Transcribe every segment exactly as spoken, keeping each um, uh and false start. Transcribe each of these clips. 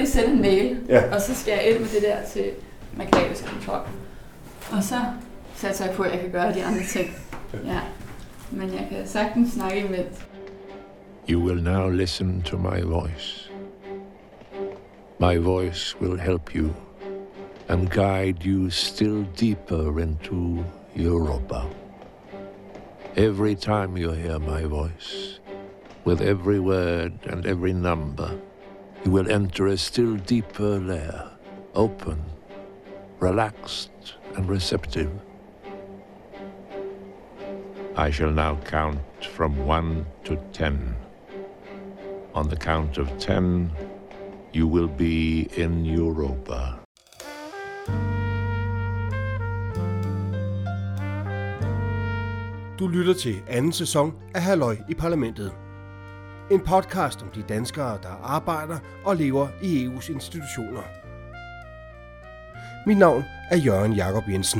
lige sende en mail, ja. og så skal jeg ind med det der til Margrethes kontrol. Og så satser jeg på, at jeg kan gøre de andre ting. Ja. Men jeg kan sagtens snakke imens. You will now listen to my voice. My voice will help you and guide you still deeper into Europa. Every time you hear my voice, with every word and every number, you will enter a still deeper layer, open, relaxed and receptive. I shall now count from one to ten. On the count of ten, you will be in Europa. Du lytter til anden sæson af Halløj i Parlamentet. En podcast om de danskere, der arbejder og lever i E U's institutioner. Mit navn er Jørgen Jakob Jensen.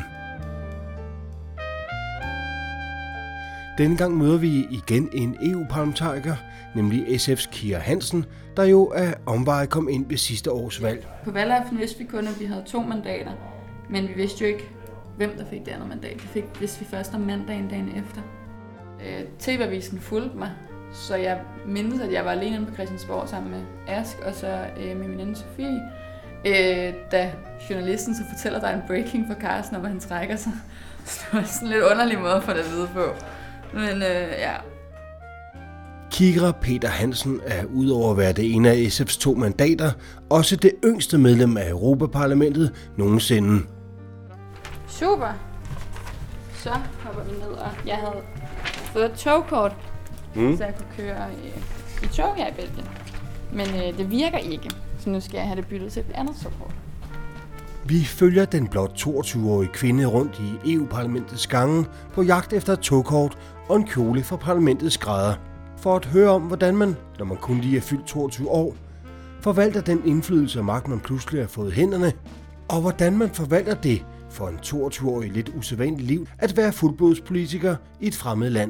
Denne gang møder vi igen en E U-parlamentariker, nemlig S F's Kira Hansen, der jo af omveje kom ind ved sidste års valg. På valgaften vidste vi kun, at vi havde to mandater, men vi vidste jo ikke, hvem der fik det andet mandat. Det fik, vidste vi først om mandagen dagen efter. Øh, T V-avisen fulgte mig, så jeg mindes, at jeg var alene inde på Christiansborg sammen med Ask og så øh, med min anden Sofie. Øh, da journalisten så fortæller, at der er en breaking for Carsten, og han trækker sig. Så det var sådan en lidt underlig måde at få det at vide på. Men øh, ja. Kira Peter Hansen er udover at være det ene af S F's to mandater, også det yngste medlem af Europaparlamentet nogensinde. Super. Så hopper vi ned, og jeg havde fået et togkort, mm. så jeg kunne køre i, i tog her i Belgien. Men øh, det virker ikke, så nu skal jeg have det byttet til et andet togkort. Vi følger den blot toogtyve-årige kvinde rundt i E U-parlamentets gange på jagt efter et togkort og en kjole fra parlamentets grader. For at høre om, hvordan man, når man kun lige er fyldt toogtyve år, forvalter den indflydelse og magt, man pludselig har fået hænderne, og hvordan man forvalter det for en toogtyve-årig lidt usædvanligt liv at være fuldblodspolitiker i et fremmed land.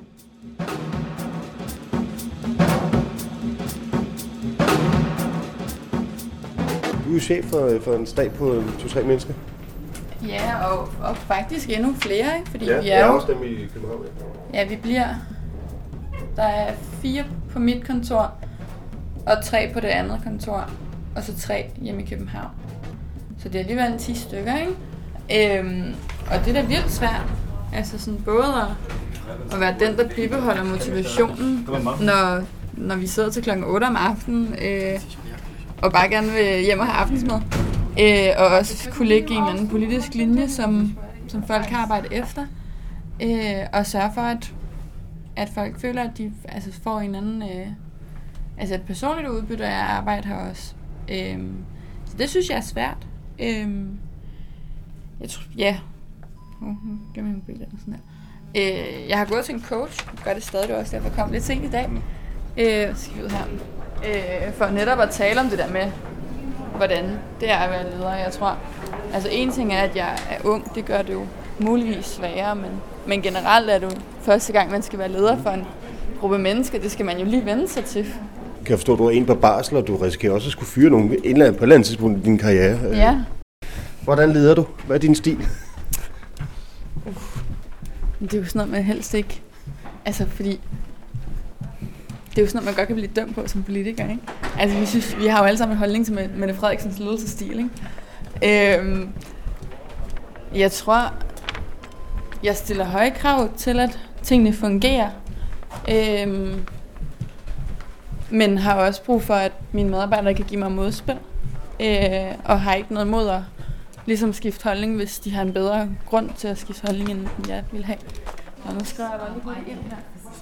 Du er chef for, for en stab på to-tre mennesker. Ja, og, og faktisk endnu flere, ikke? Fordi ja, vi er jo... Ja, også dem i København. Ja. ja, vi bliver... Der er fire på mit kontor, og tre på det andet kontor, og så tre hjemme i København. Så det er alligevel ti stykker, ikke? Øhm, og det er da virkelig svært. Altså sådan både at, at være den, der bibeholder motivationen, når, når vi sidder til klokken otte om aftenen, øh, og bare gerne vil hjem og have aftensmad. Øh, og også kunne lægge en eller anden politisk linje, som, som folk kan arbejde efter. Øh, og sørge for, at, at folk føler, at de altså, får en anden... Øh, altså et personligt udbytte af at arbejde her også. Øh, så det synes jeg er svært. Øh, jeg tror... Ja. Uh, gør min mobil eller sådan her. Øh, jeg har gået til en coach. Jeg gør det stadig også, derfor kom lidt sent i dag. Øh, skal vi ud her. Øh, for netop at tale om det der med, hvordan det er at være leder. Jeg tror, altså en ting er, at jeg er ung, det gør det jo muligvis sværere, men, men generelt er det jo første gang, man skal være leder for en gruppe mennesker, det skal man jo lige vende sig til. Kan jeg forstå, at du er en på barsel, og du risikerer også at skulle fyre nogen en eller anden, på et eller andet tidspunkt i din karriere. Ja. Hvordan leder du? Hvad er din stil? Uh, det er jo sådan noget, man helst ikke... Altså, fordi... Det er jo sådan noget, man godt kan blive dømt på som politiker, ikke? Altså, vi, synes, vi har jo alle sammen en holdning til Mette Frederiksens ledelsesstil, ikke? Øhm, jeg tror, jeg stiller høje krav til, at tingene fungerer. Øhm, men har også brug for, at mine medarbejdere kan give mig modspil. Øh, og har ikke noget mod at ligesom skifte holdning, hvis de har en bedre grund til at skifte holdning, end jeg vil have. Og nu skriver jeg bare lige hurtigt ind her.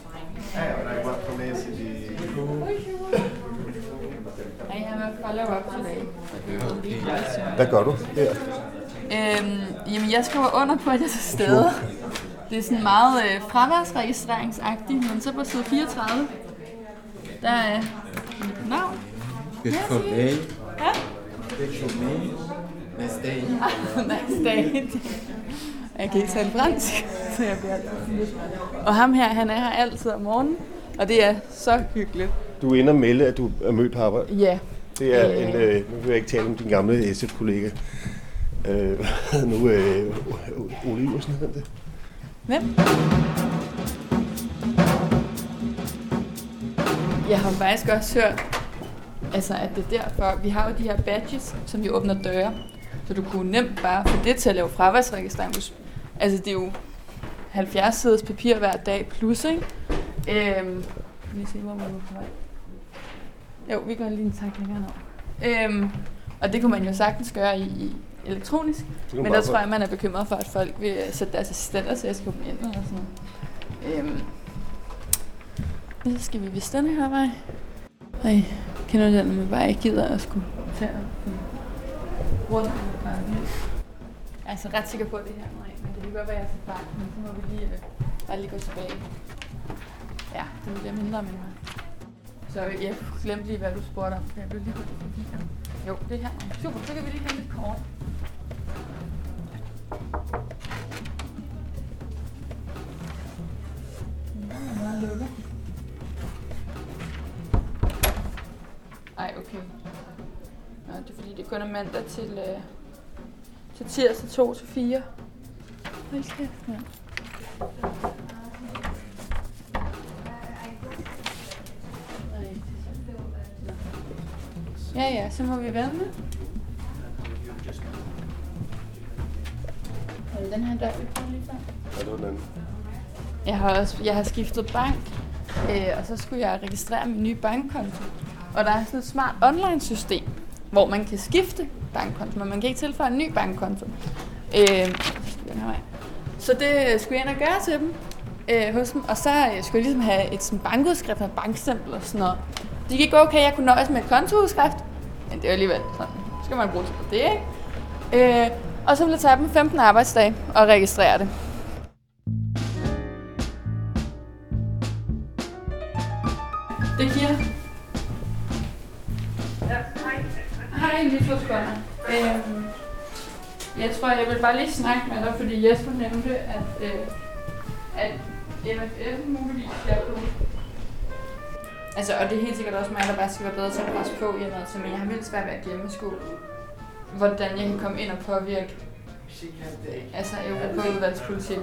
I have a follow-up today. Hvad gør du her? Øhm, jamen, jeg skriver under på, at jeg er til stede. Det er sådan meget øh, fraværsregistreringsagtigt, men så på side fireogtredive, der er mit navn. Good for day. Ja? Good for me. Nice day. Nice day. Jeg kan ikke tale fransk, så jeg bliver altid lidt. Og ham her, han er her altid om morgenen, og det er så hyggeligt. Du er inde og melde, at du er mødt på arbejde? Ja, Det er øh. en, øh, nu vil jeg ikke tale om din gamle S F-kollega. Øh, nu øh, Ole Iversen hedder det. Hvem? Jeg har faktisk også hørt, altså, at det er derfor, vi har jo de her badges, som vi åbner døre, så du kunne nemt bare få det til at lave fraværsregistrering. Altså, det er jo halvfjerds siders papir hver dag plus, ikke? Øhm, lige se, hvor man er på vej. Jo, vi gør lige en tak længere ned. Øhm, og det kunne man jo sagtens gøre i, i elektronisk, men der tror jeg, man er bekymret for, at folk vil sætte deres assistenter til at skrive dem ind eller sådan noget. Øhm, så skal vi vist den her vej. Ej, kender du den, når man bare ikke gider at skulle tage rundt? Jeg er så ret sikker på det her, nej, men det kan godt være, at jeg er så bare, men så må vi lige, øh, bare lige gå tilbage. Ja, det bliver mindre og mindre. Så jeg glemte lige, hvad du spurgte om, for jeg blev lige hurtigt forbi. Jo, det er her. Super, så kan vi lige have lidt kort. Nå, lukker. Ej, okay. Nå, det er fordi, det kun er mandag til, øh, til tirsdag to til fire. Hold kæft, mand. Ja, ja, så må vi vente. Er den her dør, vi får lige sammen? Ja, det var den anden. Jeg har også, jeg har skiftet bank, øh, og så skulle jeg registrere min nye bankkonto. Og der er sådan et smart online-system, hvor man kan skifte bankkonto, men man kan ikke tilføje en ny bankkonto. Øh, den her vej. Så det skulle jeg ind og gøre til dem, øh, hos dem, og så øh, skulle jeg ligesom have et sådan bankudskrift og et bankstempel og sådan noget. Det gik okay, jeg kunne nøjes med et kontoudskrift, men det er alligevel sådan, så skal man bruge til det, ikke? Øh, og så ville jeg tage dem femten arbejdsdage og registrere det. Det er Kira. Ja, hej. Hej, lige to sekunder. Øhm, jeg tror, jeg vil bare lige snakke med dig, fordi Jesper nævnte, at, øh, at M F F muligvis skal på. Altså, og det er helt sikkert også mig, der bare skal være bedre til at presse på i noget, men jeg har vildt svært ved at gennemskue, hvordan jeg kan komme ind og påvirke altså Europaudvalgspolitikken.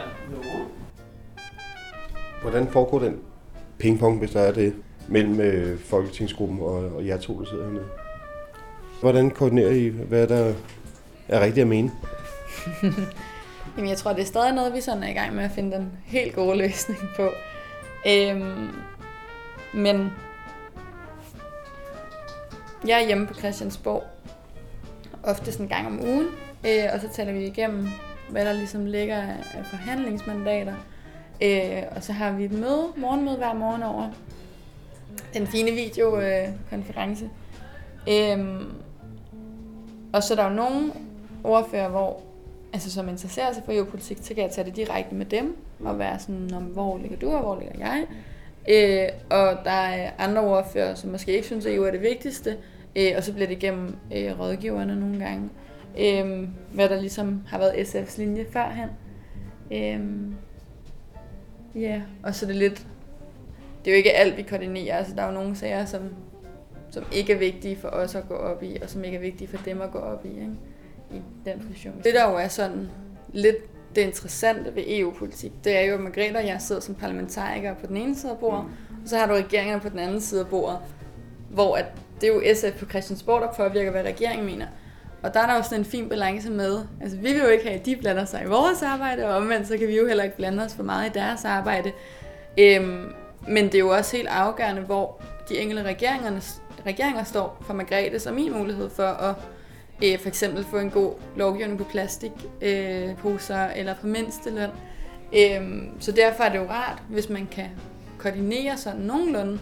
Hvordan foregår den pingpong, hvis der er det, mellem øh, Folketingsgruppen og, og jer to, der sidder hernede? Hvordan koordinerer I, hvad der er rigtigt at mene? Jamen, jeg tror, det er stadig noget, vi sådan er i gang med at finde den helt gode løsning på. Øhm, men jeg er hjemme på Christiansborg, oftest en gang om ugen, øh, og så taler vi igennem, hvad der ligesom ligger af forhandlingsmandater. Øh, og så har vi et møde, morgenmøde hver morgen over den fine videokonference. Øh, øhm, og så er der jo nogle ordfører, hvor, altså, som interesserer sig for E U-politik, så kan jeg tage det direkte med dem, og være sådan, om, hvor ligger du, og hvor ligger jeg? Øh, og der er andre ordfører, som måske ikke synes, at E U er det vigtigste, øh, og så bliver det igennem øh, rådgiverne nogle gange, øh, hvad der ligesom har været S F's linje førhen. Øh, Ja, yeah. Og så er det lidt, det er jo ikke alt, vi koordinerer, altså der er jo nogle sager, som, som ikke er vigtige for os at gå op i, og som ikke er vigtige for dem at gå op i, ikke? I den position. Det der jo er sådan lidt det interessante ved E U-politik, det er jo, at Margrethe og jeg sidder som parlamentarikere på den ene side af bordet, og så har du regeringerne på den anden side af bordet, hvor at det er jo S F på Christiansborg, der påvirker, hvad regeringen mener. Og der er der jo sådan en fin balance med, altså vi vil jo ikke have, at de blander sig i vores arbejde, og omvendt så kan vi jo heller ikke blande os for meget i deres arbejde. Øhm, men det er jo også helt afgørende, hvor de enkelte regeringer står for Margrethes og min mulighed for at øh, for eksempel få en god lovgivning på plastikposer øh, eller på mindsteløn. Øhm, så derfor er det jo rart, hvis man kan koordinere sådan nogenlunde.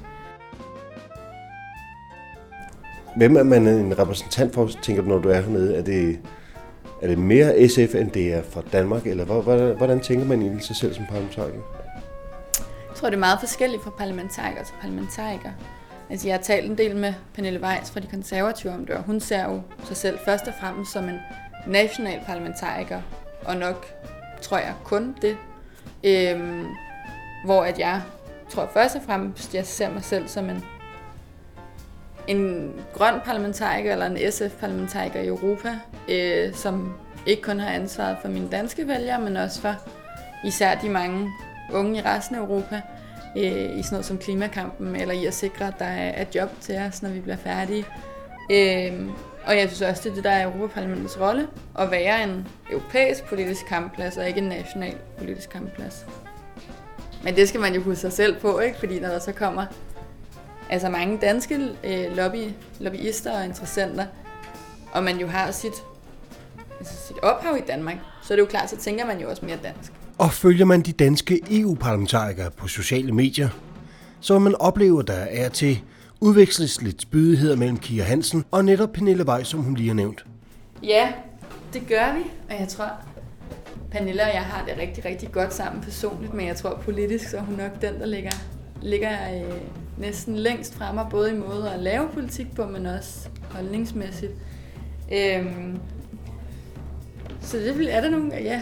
Hvem er man en repræsentant for, tænker du, når du er hernede? Er det, er det mere S F, end det er fra Danmark? Eller hvordan, hvordan tænker man egentlig sig selv som parlamentariker? Jeg tror, det er meget forskelligt fra parlamentariker til parlamentariker. Altså, jeg har talt en del med Pernille Weiss fra De Konservative om det, og hun ser jo sig selv først og fremmest som en national parlamentariker, og nok, tror jeg, kun det. Øhm, hvor at jeg tror først og fremmest, jeg ser mig selv som en en grøn parlamentariker eller en S F-parlamentariker i Europa, øh, som ikke kun har ansvaret for mine danske vælgere, men også for især de mange unge i resten af Europa, øh, i sådan noget som klimakampen, eller i at sikre, at der er job til os, når vi bliver færdige. Øh, og jeg synes også, det er det, der er Europaparlamentets rolle, at være en europæisk politisk kampplads, og ikke en national politisk kampplads. Men det skal man jo huske sig selv på, ikke? Fordi når der så kommer altså mange danske øh, lobby, lobbyister og interessenter, og man jo har sit, altså sit ophav i Danmark, så er det jo klart, så tænker man jo også mere dansk. Og følger man de danske E U-parlamentarikere på sociale medier, så vil man opleve, at der er til udveksles lidt spydigheder mellem Kira Hansen og netop Pernille Weiss, som hun lige har nævnt. Ja, det gør vi, og jeg tror, Pernille og jeg har det rigtig, rigtig godt sammen personligt, men jeg tror politisk, så er hun nok den, der ligger, ligger øh, næsten længst fremme, både i måde at lave politik på, men også holdningsmæssigt. Øhm, så det er der nogle, ja.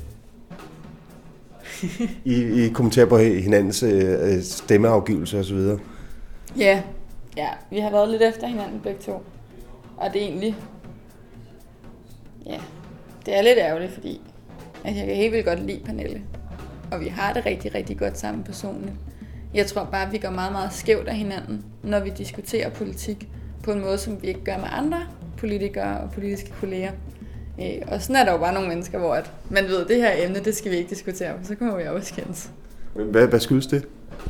I, I kommenterer på hinandens øh, stemmeafgivelse og så videre. Ja, ja, vi har været lidt efter hinanden begge to, og det er egentlig, ja, det er lidt ærgerligt, fordi at jeg kan helt vildt godt lide Pernille, og vi har det rigtig, rigtig godt sammen personligt. Jeg tror bare, at vi går meget, meget skævt af hinanden, når vi diskuterer politik på en måde, som vi ikke gør med andre politikere og politiske kolleger. Og sådan er der jo bare nogle mennesker, hvor at man ved, at det her emne, det skal vi ikke diskutere, for så kommer vi op og skændes. Hvad, hvad skyldes det?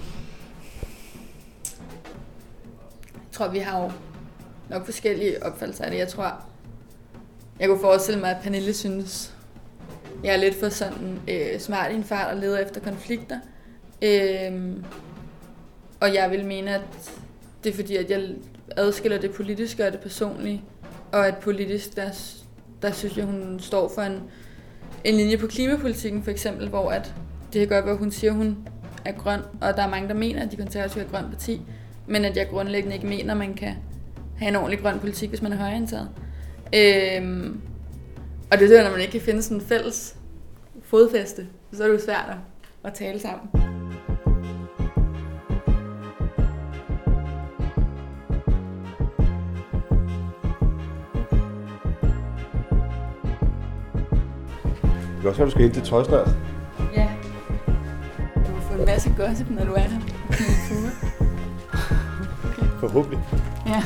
Jeg tror, vi har jo nok forskellige opfattelser af det. Jeg tror, jeg kunne forestille mig, at Pernille synes, jeg er lidt for sådan øh, smart i en fart og leder efter konflikter. Øhm, og jeg vil mene, at det er fordi, at jeg adskiller det politiske og det personlige. Og at politisk, der, der synes jeg, hun står for en, en linje på klimapolitikken for eksempel, hvor at det kan godt være, at hun siger, at hun er grøn, og der er mange, der mener, at de konservative er et grønt parti, men at jeg grundlæggende ikke mener, at man kan have en ordentlig grøn politik, hvis man er højreorienteret. Øhm, og det er det, når man ikke kan finde sådan en fælles fodfæste, så er det jo svært at tale sammen. Det kan også være, du skal hente det tøj snart. Ja. Du har fået en masse gossip, når du er her. Okay. Forhåbentlig. Ja.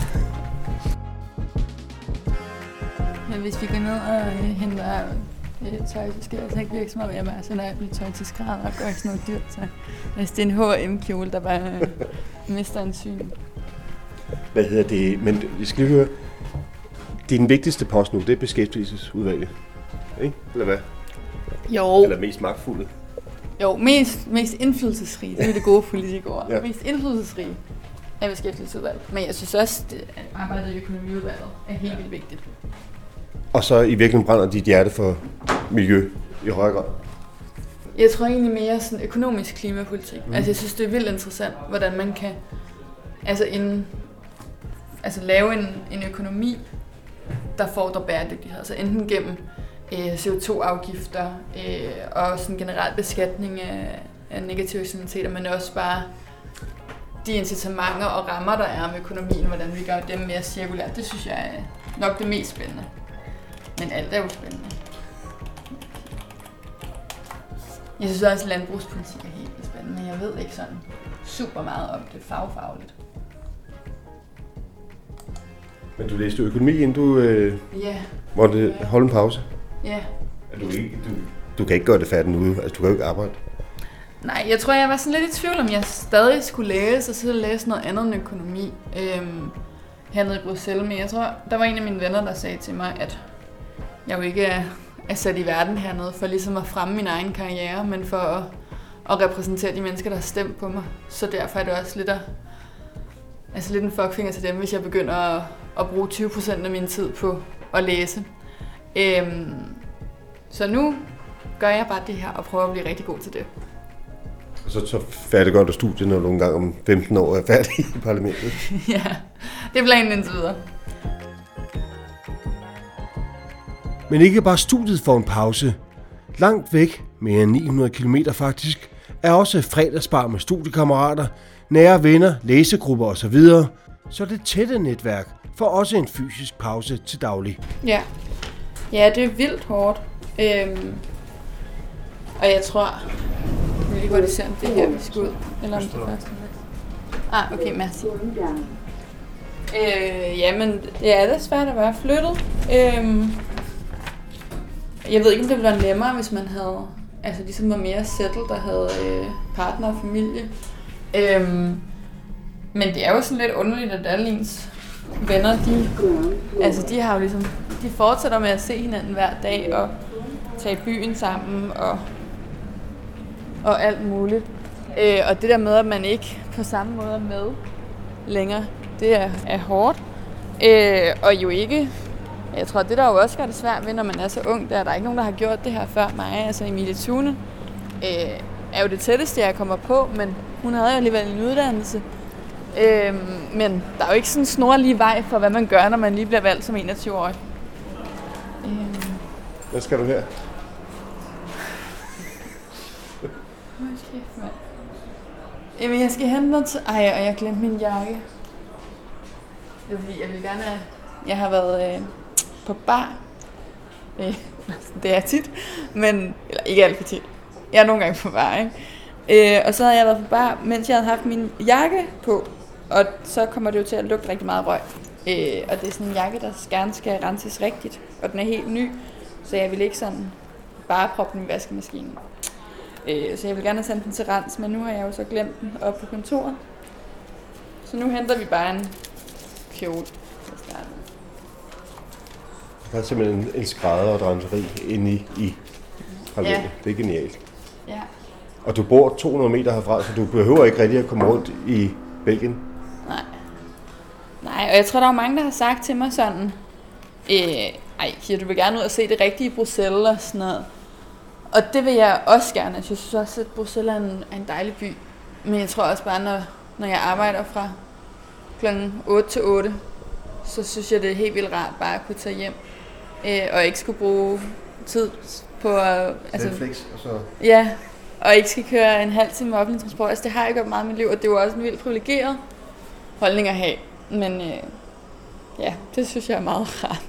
Men hvis vi går ned og øh, henter øh, tøj, så skal jeg altså ikke virke som om, jeg bare sender alt mit tøj til skrædder og gør sådan noget dyrt. Så altså, det er en H og M-kjole, der bare øh, mister en syn. Hvad hedder det? Men vi skal lige høre. Det er den vigtigste post nu, det er beskæftigelsesudvalget. Ikke? Eller hvad? Jo. Eller mest magtfulde. Jo, mest, mest indflydelsesrige. Det er det gode politikere. Ja. Mest indflydelsesrige er beskæftigelsesudvalget. Men jeg synes også, at arbejdet i økonomiudvalget er helt vildt vigtigt. Og så i virkeligheden brænder dit hjerte for miljø i højere grad? Jeg tror egentlig mere sådan økonomisk klimapolitik. Mm. Altså jeg synes, det er vildt interessant, hvordan man kan altså en, altså lave en, en økonomi, der fordrer bæredygtighed. Altså enten gennem øh, C O to afgifter øh, og sådan generelt beskatning af, af negative eksternaliteter, men også bare de incitamenter og rammer, der er med økonomien, hvordan vi gør dem mere cirkulært. Det synes jeg er nok det mest spændende. Men alt er jo spændende. Jeg synes også, at landbrugspolitik er helt spændende, men jeg ved ikke sådan super meget om det fagfagligt. Men du læste økonomi, inden du øh, yeah. måtte yeah. holde en pause? Ja. Yeah. Du, ikke, du, du kan ikke gøre det færdigt nu, altså du kan jo ikke arbejde. Nej, jeg tror, jeg var sådan lidt i tvivl, om jeg stadig skulle læse, og så læse noget andet end økonomi øhm, hernede i Bruxelles. Men jeg tror, der var en af mine venner, der sagde til mig, at jeg jo ikke er, er sat i verden hernede for ligesom at fremme min egen karriere, men for at, at repræsentere de mennesker, der har stemt på mig. Så derfor er det også lidt, at, altså lidt en fuckfinger til dem, hvis jeg begynder at, at bruge tyve procent af min tid på at læse. Øhm, så nu gør jeg bare det her og prøver at blive rigtig god til det. Og så, så færdiggør du studiet, når du en gang om femten år er færdig i parlamentet? Ja, det er planen indtil videre. Men ikke bare studiet får en pause. Langt væk, mere end ni hundrede kilometer faktisk, er også fredagsbar med studiekammerater, nære venner, læsegrupper osv., så det tætte netværk får også en fysisk pause til daglig. Ja, ja det er vildt hårdt. Øhm, og jeg tror, jeg vil lige godt se, om det her, vi skal ud, eller om det første. Ah, okay, merci. Øh, jamen, ja, det er svært at være flyttet. Øhm, jeg ved ikke, om det ville være nemmere, hvis man havde, altså ligesom var mere settled, der havde øh, partner og familie. Øhm, men det er jo sådan lidt underligt, at alle ens venner, de, altså de har jo ligesom, de fortsætter med at se hinanden hver dag og tage i byen sammen og, og alt muligt. Øh, og det der med, at man ikke på samme måde er med længere, det er, er hårdt. Øh, og jo ikke, jeg tror, det der jo også gør det svært ved, når man er så ung, der er der ikke nogen, der har gjort det her før mig. Altså Emilie Thune øh, er jo det tætteste, jeg kommer på, men hun havde jo alligevel en uddannelse. Øh, men der er jo ikke sådan en snorlig vej for, hvad man gør, når man lige bliver valgt som enogtyve-årig. Øh. Hvad skal du her? Jamen, jeg skal hente noget til... Ej, og jeg glemte min jakke. Det er fordi, jeg vil gerne have... Jeg har været øh, på bar. Øh, det er tit, men... Eller ikke alt for tit. Jeg er nogle gange på bar, ikke? Øh, og så havde jeg været på bar, mens jeg havde haft min jakke på. Og så kommer det jo til at lugte rigtig meget røg. Øh, og det er sådan en jakke, der gerne skal renses rigtigt. Og den er helt ny, så jeg vil ikke sådan bare proppe den i vaskemaskinen. Øh, så jeg vil gerne have sendt den til rens, men nu har jeg jo så glemt den oppe på kontoret. Så nu henter vi bare en kjole. Der er simpelthen en skrædder og et renseri inde i, i parlamentet. Ja. Det er genialt. Ja. Og du bor to hundrede meter herfra, så du behøver ikke rigtig at komme rundt i Belgien. Nej. Nej, og jeg tror, der er mange, der har sagt til mig sådan, øh, ej, Kira, du vil gerne ud og se det rigtige Bruxelles og sådan noget. Og det vil jeg også gerne. Jeg synes også, at Bruxelles er en, er en dejlig by. Men jeg tror også bare, når, når jeg arbejder fra klokken otte til otte, så synes jeg, det er helt vildt rart bare at kunne tage hjem. Øh, og ikke skulle bruge tid på at... Altså, Netflix og så... Ja, og ikke skal køre en halv time offentlig transport. Altså, det har jeg gjort meget i mit liv, og det er jo også en vildt privilegeret holdning at have. Men øh, ja, det synes jeg er meget rart.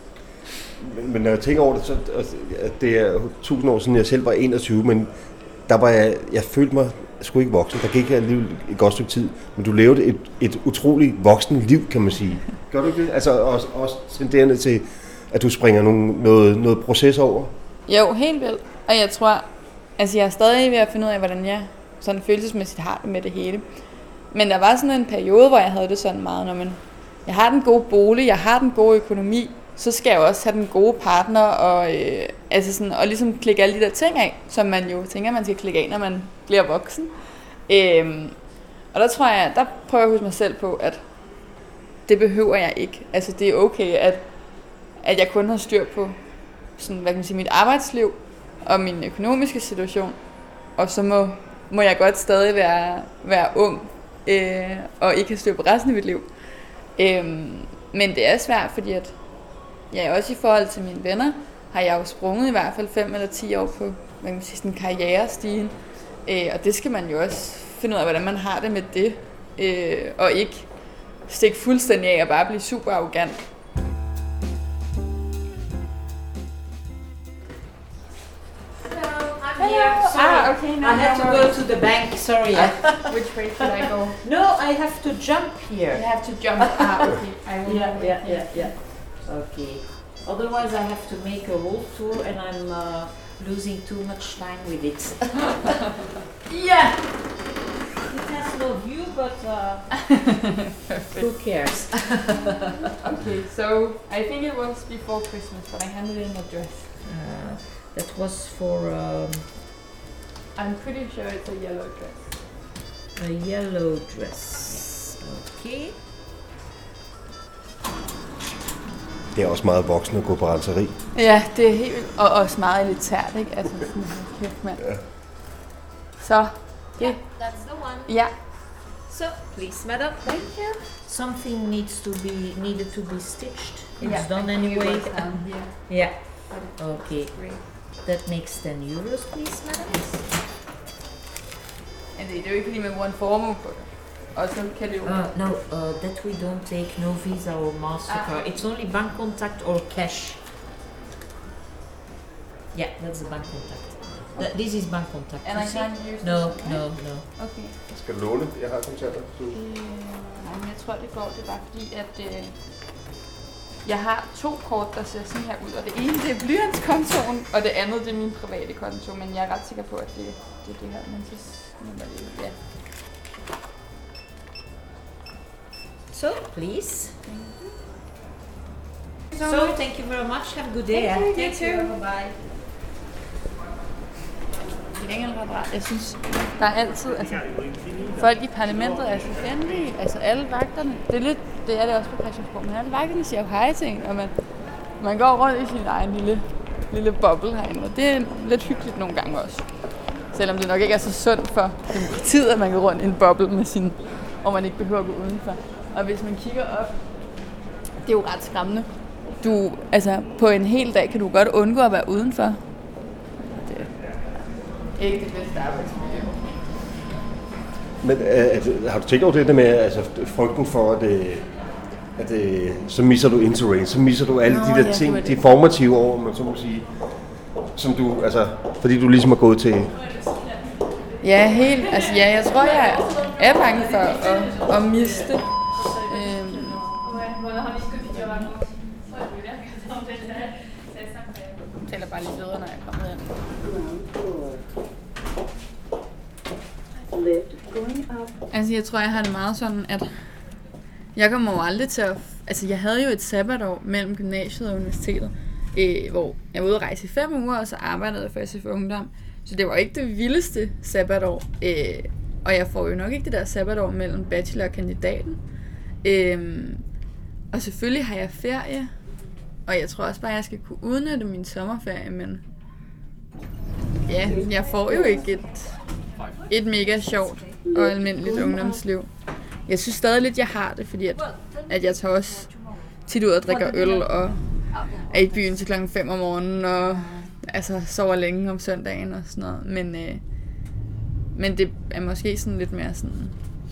Men, men når jeg tænker over det, så at det er tusind år siden, jeg selv var enogtyve, men der var jeg, jeg følte mig sgu ikke voksen. Der gik jeg alligevel et godt stykke tid, men du levede et, et utroligt voksen liv, kan man sige. Gør du ikke det? Altså også, også tenderende til, at du springer nogle, noget, noget proces over? Jo, helt vildt. Og jeg tror, altså jeg er stadig ved at finde ud af, hvordan jeg sådan følelsesmæssigt har det med det hele. Men der var sådan en periode, hvor jeg havde det sådan meget, når man, jeg har den gode bolig, jeg har den gode økonomi, så skal jeg også have den gode partner, og, øh, altså sådan, og ligesom klikke alle de der ting af, som man jo tænker, man skal klikke af, når man bliver voksen. Øhm, og der tror jeg, der prøver jeg at huske mig selv på, at det behøver jeg ikke. Altså det er okay, at, at jeg kun har styr på sådan, hvad kan man sige, mit arbejdsliv og min økonomiske situation, og så må, må jeg godt stadig være, være ung, øh, og ikke have styr på resten af mit liv. Øhm, men det er svært, fordi at ja, også i forhold til mine venner, har jeg jo sprunget i hvert fald fem eller ti år på, hvad kan man sige, sådan en karrierestigen. Øh, og det skal man jo også finde ud af, hvordan man har det med det. Øh, og ikke stikke fuldstændig af og bare blive super arrogant. Yeah, sorry. Ah, okay, no, I have no to worries. go to the bank, sorry. Which way should I go? No, I have to jump here. You have to jump. Ah, okay. I will Yeah, yeah, yeah, yeah. Okay. Otherwise I have to make a whole tour and I'm uh, losing too much time with it. Yeah! It has no view, but uh, who cares? Okay, so I think it was before Christmas, but I handed in a dress. Uh, that was for um, I'm pretty sure it's a yellow dress. a yellow dress. Okay. Det er også meget voksen at gå på renseri. Ja, det er helt vildt. Og også meget elitært, ikke? Altså sådan, kæft mand. Ja. Så, Yeah, that's the one. ja. So, please, madam. Thank you. Something needs to be needed to be stitched. It's Yeah, done I think it anyway. was down here. Yeah. But Okay. it's great. That makes ten euros, please, madam. Men det er jo ikke fordi, man bruger en formue på det. og så kan det jo... Uh, no, uh, that we don't take no Visa or Mastercard. Ah. It's only bank contact or cash. Yeah, that's the bank contact. Th- this is bank contact. And you I see? can't use No, this, no, right? no. Okay. Skal du låne? Jeg har kontanter. Øh, nej, men jeg tror, det går. Det er bare fordi, at øh, jeg har to kort, der ser sådan her ud. Og det ene, det er blyantskontoen, og det andet, det er min private konto. Men jeg er ret sikker på, at det, det er det her. Men så smider jeg det. Ja. So, please. So, So, thank you very much. Have a good day. Thank you, yeah? you too. Bye. Det er ikke ret rart. Jeg synes, der er altid, altså, folk i parlamentet er så venlige. Altså, alle vagterne, det er lidt, det er det også på Christiansborg, men alle vagterne siger jo hej til en, og man, man går rundt i sin egen lille, lille boble herinde, og det er lidt hyggeligt nogle gange også. Selvom det nok ikke er så sundt for demokratiet, at man går rundt i en boble med sin, og man ikke behøver at gå udenfor. Og hvis man kigger op, det er jo ret skræmmende. Du, altså, på en hel dag kan du godt undgå at være udenfor. Det er ikke det bedste arbejdsmiljø. Men øh, har du tænkt over det der med altså, frygten for, at, øh, at øh, så misser du Interrail, så misser du alle Nå, de der ja, ting, det var det. de formative år, man så må sige, som du, altså, fordi du ligesom er gået til. Ja, helt. Altså, ja, jeg tror, jeg er bange for at, at miste. Øhm, jeg taler bare lidt videre, når jeg kommer ind. Altså, jeg tror, jeg har det meget sådan, at jeg kommer jo aldrig til at... Altså, jeg havde jo et sabbatår mellem gymnasiet og universitetet, øh, hvor jeg var ude at rejse i fem uger, og så arbejdede jeg for S F Ungdom. Så det var ikke det vildeste sabbatår. Øh, og jeg får jo nok ikke det der sabbatår mellem bachelor og kandidaten. Øh, og selvfølgelig har jeg ferie, og jeg tror også bare, at jeg skal kunne udnytte min sommerferie, men ja, jeg får jo ikke et, et mega sjovt og almindeligt ungdomsliv. Jeg synes stadig lidt, jeg har det, fordi at, at jeg tager også tit ud og drikker øl, og er i byen til klokken fem om morgenen, og altså sover længe om søndagen og sådan noget. Men, øh, men det er måske sådan lidt mere sådan,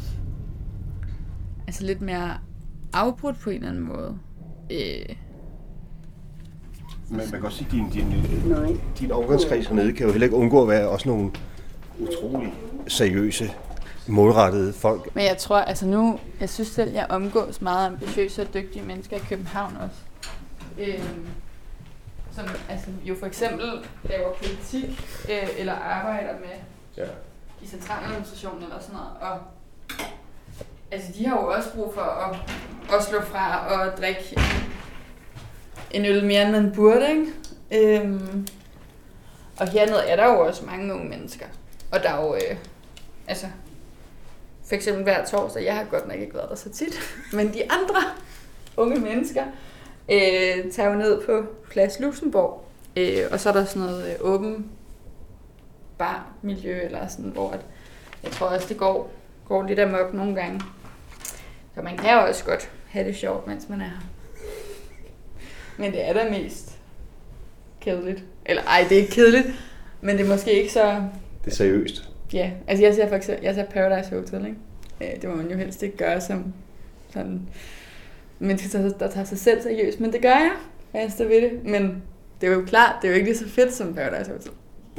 altså lidt mere afbrudt på en eller anden måde. Øh, Men man kan også sige, at din, din, din omgangskreds hernede kan jo heller ikke undgå at være også nogle utrolig seriøse, målrettede folk. Men jeg tror, altså nu, jeg synes selv, jeg omgås meget ambitiøse og dygtige mennesker i København også. Øhm, som altså, jo for eksempel laver politik, øh, eller arbejder med Ja. i centraladministrationen eller sådan noget. Og altså, de har jo også brug for at, at slå fra og drikke en øl mere, end man burde, ikke? Øhm, og hernede er der jo også mange unge mennesker. Og der er jo, øh, altså, for eksempel hver torsdag, jeg har godt nok ikke været der så tit, men de andre unge mennesker øh, tager jo ned på Plads Luxembourg, øh, og så er der sådan noget øh, åben barmiljø, eller sådan, hvor at, jeg tror også, det går, går lidt amok nogle gange. Så man kan jo også godt have det sjovt, mens man er her. Men det er da mest kedeligt. Eller ej, det er ikke kedeligt, men det er måske ikke så... Det er seriøst. Ja, altså jeg ser for eksempel, jeg ser Paradise Hotel, ikke? Øh, det må man jo helst ikke gøre som sådan mennesker, der, der tager sig selv seriøst, men det gør jeg. Jeg står ved det, men det er jo klart, det er jo ikke lige så fedt som Paradise Hotel.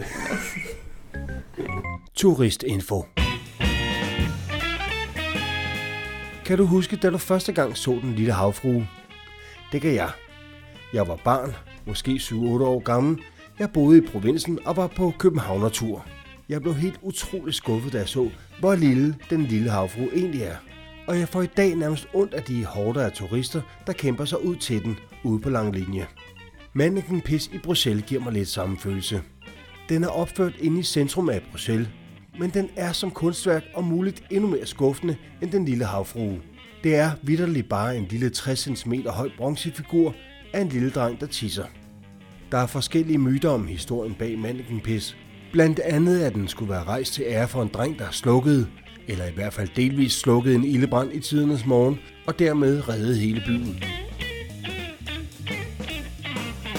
Turistinfo. Kan du huske, da du første gang så den lille havfrue? Det kan jeg. Jeg var barn, måske syv otte år gammel. Jeg boede i provinsen og var på københavnertur. Jeg blev helt utrolig skuffet, da jeg så, hvor lille den lille havfrue egentlig er. Og jeg får i dag nærmest ondt af de horder af turister, der kæmper sig ud til den ude på lang linje. Manneken Pis i Bruxelles giver mig lidt samme følelse. Den er opført inde i centrum af Bruxelles, men den er som kunstværk og muligt endnu mere skuffende end den lille havfrue. Det er vitterligt bare en lille tres centimeter høj bronzefigur af en lille dreng, der tisser. Der er forskellige myter om historien bag Manneken Pis. Blandt andet, at den skulle være rejst til ære for en dreng, der slukkede, eller i hvert fald delvis slukkede en ildebrand i tidernes morgen, og dermed reddede hele byen.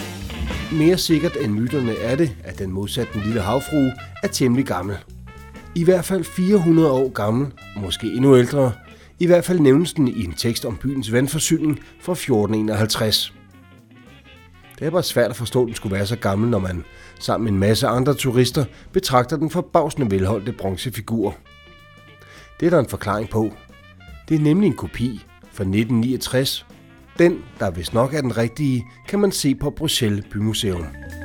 Mere sikkert end myterne er det, at den modsat den lille havfrue er temmelig gammel. I hvert fald fire hundrede år gammel, måske endnu ældre. I hvert fald nævnes den i en tekst om byens vandforsyning fra fjorten enoghalvtreds. Det er bare svært at forstå, at den skulle være så gammel, når man sammen med en masse andre turister betragter den forbavsende velholdte bronzefigur. Det er der en forklaring på. Det er nemlig en kopi fra nitten niogtres. Den, der vist nok er den rigtige, kan man se på Bruxelles Bymuseum.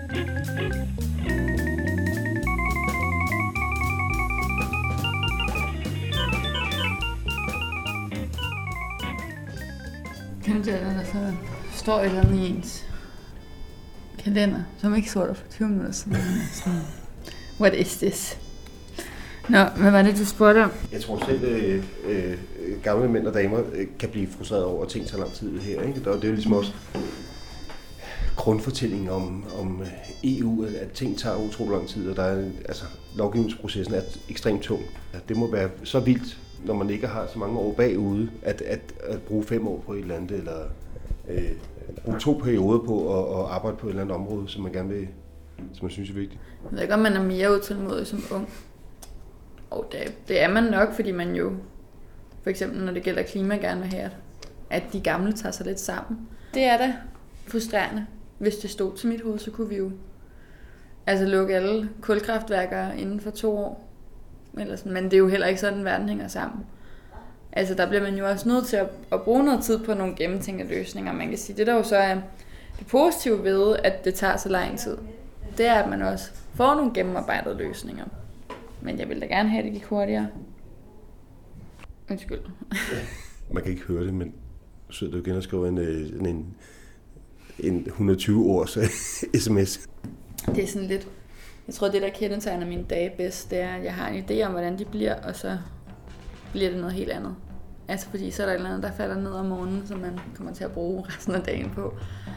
Kan du det, der så står et eller andet i ens kalender, som ikke så der for tyve minutter siden? Sådan, what is this? Nå, hvad var det, du spurgte om? Jeg tror selv, øh, øh, gamle mænd og damer øh, kan blive frustreret over, at ting tager lang tid her. Ikke? Og det er jo ligesom også grundfortællingen om, om E U, at ting tager utrolig lang tid, og der er, altså, lovgivningsprocessen er ekstremt tung. Det må være så vildt, når man ikke har så mange år bagude, at, at, at bruge fem år på et eller andet, eller øh, bruge to perioder på at, at arbejde på et eller andet område, som man gerne vil, som man synes er vigtigt. Jeg ved ikke, om man er mere utålmodig som ung. Og det, det er man nok, fordi man jo, for eksempel når det gælder klima, gerne vil have, at de gamle tager sig lidt sammen. Det er da frustrerende. Hvis det stod til mit hoved, så kunne vi jo altså lukke alle kulkraftværker inden for to år. Eller sådan. Men det er jo heller ikke sådan, verden hænger sammen. Altså der bliver man jo også nødt til at, at bruge noget tid på nogle gennemtænkte løsninger. Man kan sige, det der jo så er det positive ved, at det tager så lang tid, det er, at man også får nogle gennemarbejdede løsninger. Men jeg vil da gerne have, at det gik hurtigere. Undskyld. Man kan ikke høre det, men så sidder du igen og skriver en, en, en, en et hundrede og tyve års sms. Det er sådan lidt... Jeg tror, det der kendetegner mine dage bedst, det er, at jeg har en idé om, hvordan de bliver, og så bliver det noget helt andet. Altså fordi så er der et eller andet, der falder ned om morgenen, som man kommer til at bruge resten af dagen på.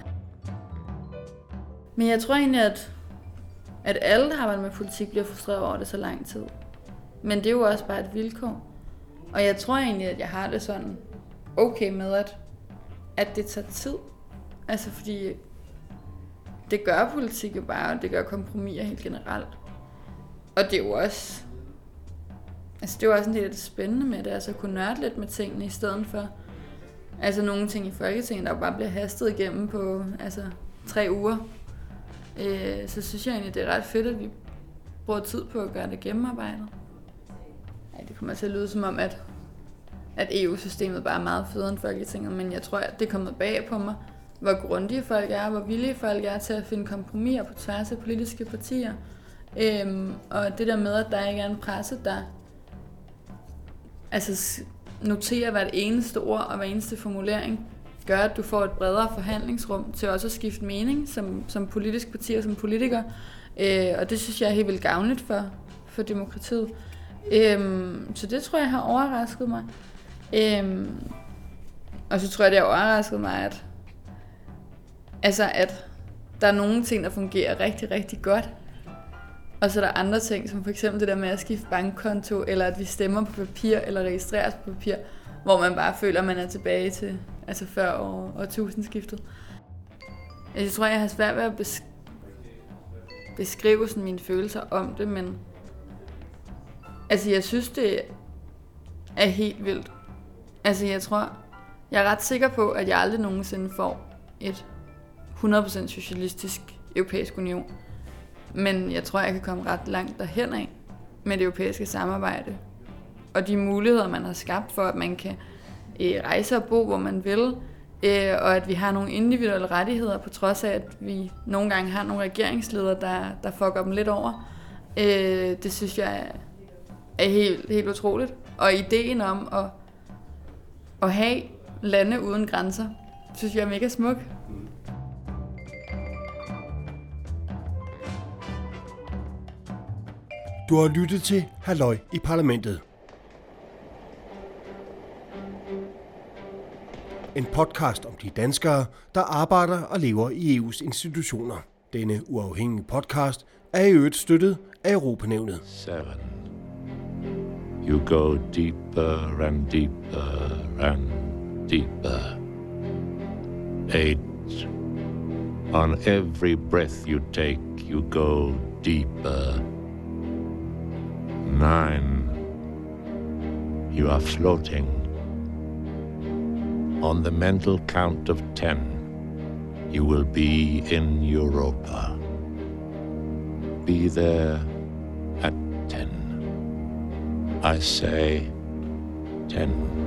Men jeg tror egentlig, at, at alle, der har været med politik, bliver frustreret over det så lang tid. Men det er jo også bare et vilkår. Og jeg tror egentlig, at jeg har det sådan okay med, at, at det tager tid. Altså fordi det gør politik jo bare, og det gør kompromiser helt generelt. Og det er jo også, altså det er jo også en del af det spændende med det, altså at kunne nørde lidt med tingene i stedet for, altså nogle ting i Folketinget, der jo bare bliver hastet igennem på altså tre uger. Øh, så synes jeg egentlig, det er ret fedt, at vi bruger tid på at gøre det gennemarbejdet. Ej, det kommer til at lyde som om, at, at E U-systemet bare er meget federe end Folketinget, men jeg tror, at det er kommet bag på mig, hvor grundige folk er, hvor villige folk er til at finde kompromiser på tværs af politiske partier. Øhm, og det der med, at der ikke er en presse, der altså noterer hvert eneste ord og hver eneste formulering, gør, at du får et bredere forhandlingsrum til også at skifte mening som, som politisk parti og som politiker. Øh, og det synes jeg er helt vildt gavnligt for, for demokratiet. Øhm, så det tror jeg har overrasket mig. Øhm, og så tror jeg, det har overrasket mig, at Altså, at der er nogle ting, der fungerer rigtig, rigtig godt. Og så er der andre ting, som for eksempel det der med at skifte bankkonto, eller at vi stemmer på papir, eller registreres på papir, hvor man bare føler, at man er tilbage til altså før år, årtusindskiftet. Jeg tror, jeg har svært ved at besk- beskrive sådan mine følelser om det, men altså, jeg synes, det er helt vildt. Altså, jeg tror, jeg er ret sikker på, at jeg aldrig nogensinde får et hundrede procent socialistisk europæisk union. Men jeg tror, jeg kan komme ret langt derhen af med det europæiske samarbejde. Og de muligheder, man har skabt for, at man kan øh, rejse og bo, hvor man vil. Øh, og at vi har nogle individuelle rettigheder, på trods af, at vi nogle gange har nogle regeringsledere, der, der fucker dem lidt over. Øh, det synes jeg er, er helt, helt utroligt. Og ideen om at, at have lande uden grænser, synes jeg er mega smuk. Du har lyttet til Halløj i Parlamentet. En podcast om de danskere, der arbejder og lever i E U's institutioner. Denne uafhængige podcast er i øvrigt støttet af Europanævnet. Seven. You go deeper and deeper and deeper. Eight. On every breath you take, you go deeper. Nine. You are floating. On the mental count of ten, you will be in Europa. Be there at ten. I say ten.